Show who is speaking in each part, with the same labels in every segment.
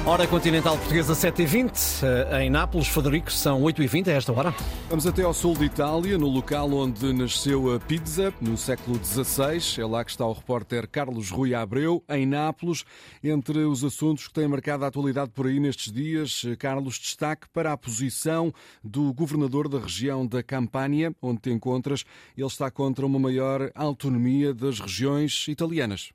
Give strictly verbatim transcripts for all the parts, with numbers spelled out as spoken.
Speaker 1: Hora continental portuguesa sete e vinte, em Nápoles. Frederico, são oito e vinte a esta hora.
Speaker 2: Vamos até ao sul de Itália, no local onde nasceu a pizza, no século dezasseis. É lá que está o repórter Carlos Rui Abreu, em Nápoles. Entre os assuntos que têm marcado a atualidade por aí nestes dias, Carlos, destaque para a posição do governador da região da Campânia, onde te encontras. Ele está contra uma maior autonomia das regiões italianas.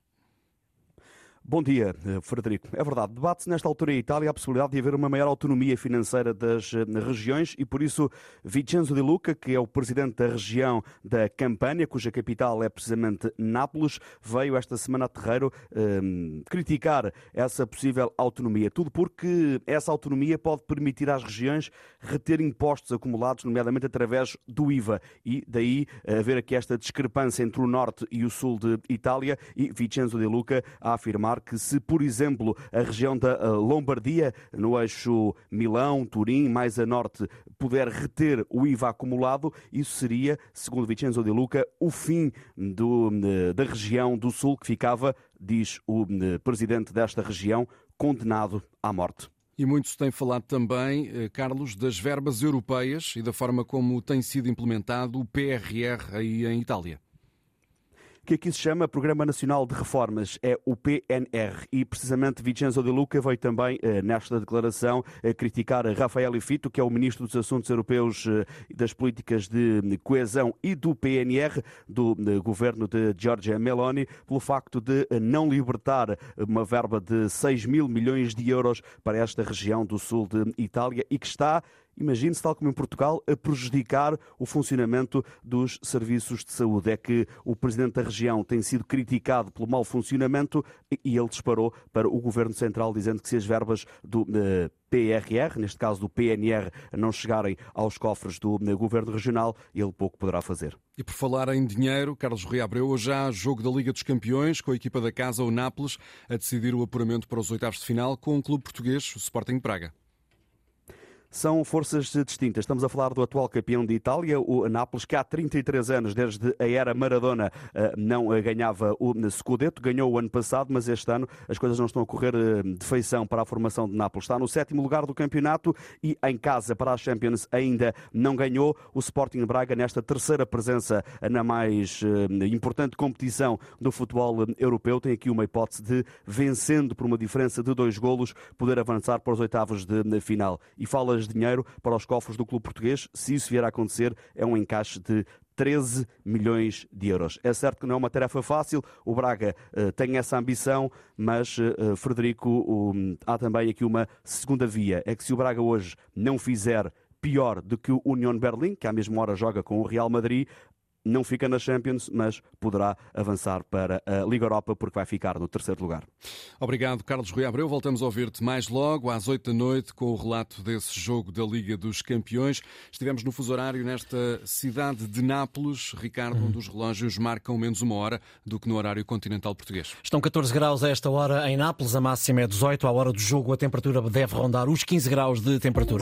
Speaker 3: Bom dia, Frederico. É verdade, debate-se nesta altura em Itália a possibilidade de haver uma maior autonomia financeira das regiões e, por isso, Vincenzo De Luca, que é o presidente da região da Campânia, cuja capital é precisamente Nápoles, veio esta semana a Terreiro um, criticar essa possível autonomia. Tudo porque essa autonomia pode permitir às regiões reter impostos acumulados, nomeadamente através do I V A. E daí haver aqui esta discrepância entre o norte e o sul de Itália, e Vincenzo De Luca a afirmar que se, por exemplo, a região da Lombardia, no eixo Milão-Turim, mais a norte, puder reter o I V A acumulado, isso seria, segundo Vincenzo De Luca, o fim do, da região do sul, que ficava, diz o presidente desta região, condenado à morte.
Speaker 2: E muito se tem falado também, Carlos, das verbas europeias e da forma como tem sido implementado o P R R aí em Itália.
Speaker 3: Que aqui se chama Programa Nacional de Reformas, é o P N R, e precisamente Vincenzo De Luca veio também, nesta declaração, criticar Raffaele Fitto, que é o Ministro dos Assuntos Europeus e das Políticas de Coesão e do P N R, do governo de Giorgia Meloni, pelo facto de não libertar uma verba de seis mil milhões de euros para esta região do sul de Itália e que está, imagine-se, tal como em Portugal, a prejudicar o funcionamento dos serviços de saúde. É que o presidente da região tem sido criticado pelo mau funcionamento e ele disparou para o Governo Central, dizendo que se as verbas do uh, P R R, neste caso do P N R, não chegarem aos cofres do uh, Governo Regional, ele pouco poderá fazer.
Speaker 2: E por falar em dinheiro, Carlos Rui Abreu, hoje há jogo da Liga dos Campeões, com a equipa da casa, o Nápoles, a decidir o apuramento para os oitavos de final com um clube português, o Sporting Braga.
Speaker 3: São forças distintas. Estamos a falar do atual campeão de Itália, o Nápoles, que há trinta e três anos, desde a era Maradona, não ganhava o Scudetto. Ganhou o ano passado, mas este ano as coisas não estão a correr de feição para a formação de Nápoles. Está no sétimo lugar do campeonato e em casa para a Champions ainda não ganhou. O Sporting Braga, nesta terceira presença na mais importante competição do futebol europeu, tem aqui uma hipótese de, vencendo por uma diferença de dois golos, poder avançar para os oitavos de final. E fala de dinheiro para os cofres do clube português. Se isso vier a acontecer, é um encaixe de treze milhões de euros. É certo que não é uma tarefa fácil, o Braga uh, tem essa ambição, mas, uh, Frederico, uh, há também aqui uma segunda via. É que se o Braga hoje não fizer pior do que o Union Berlim, que à mesma hora joga com o Real Madrid, não fica na Champions, mas poderá avançar para a Liga Europa, porque vai ficar no terceiro lugar.
Speaker 2: Obrigado, Carlos Rui Abreu. Voltamos a ouvir-te mais logo, às oito da noite, com o relato desse jogo da Liga dos Campeões. Estivemos no fuso horário nesta cidade de Nápoles, Ricardo, onde os relógios marcam menos uma hora do que no horário continental português.
Speaker 1: Estão catorze graus a esta hora em Nápoles, a máxima é dezoito. À hora do jogo a temperatura deve rondar os quinze graus de temperatura.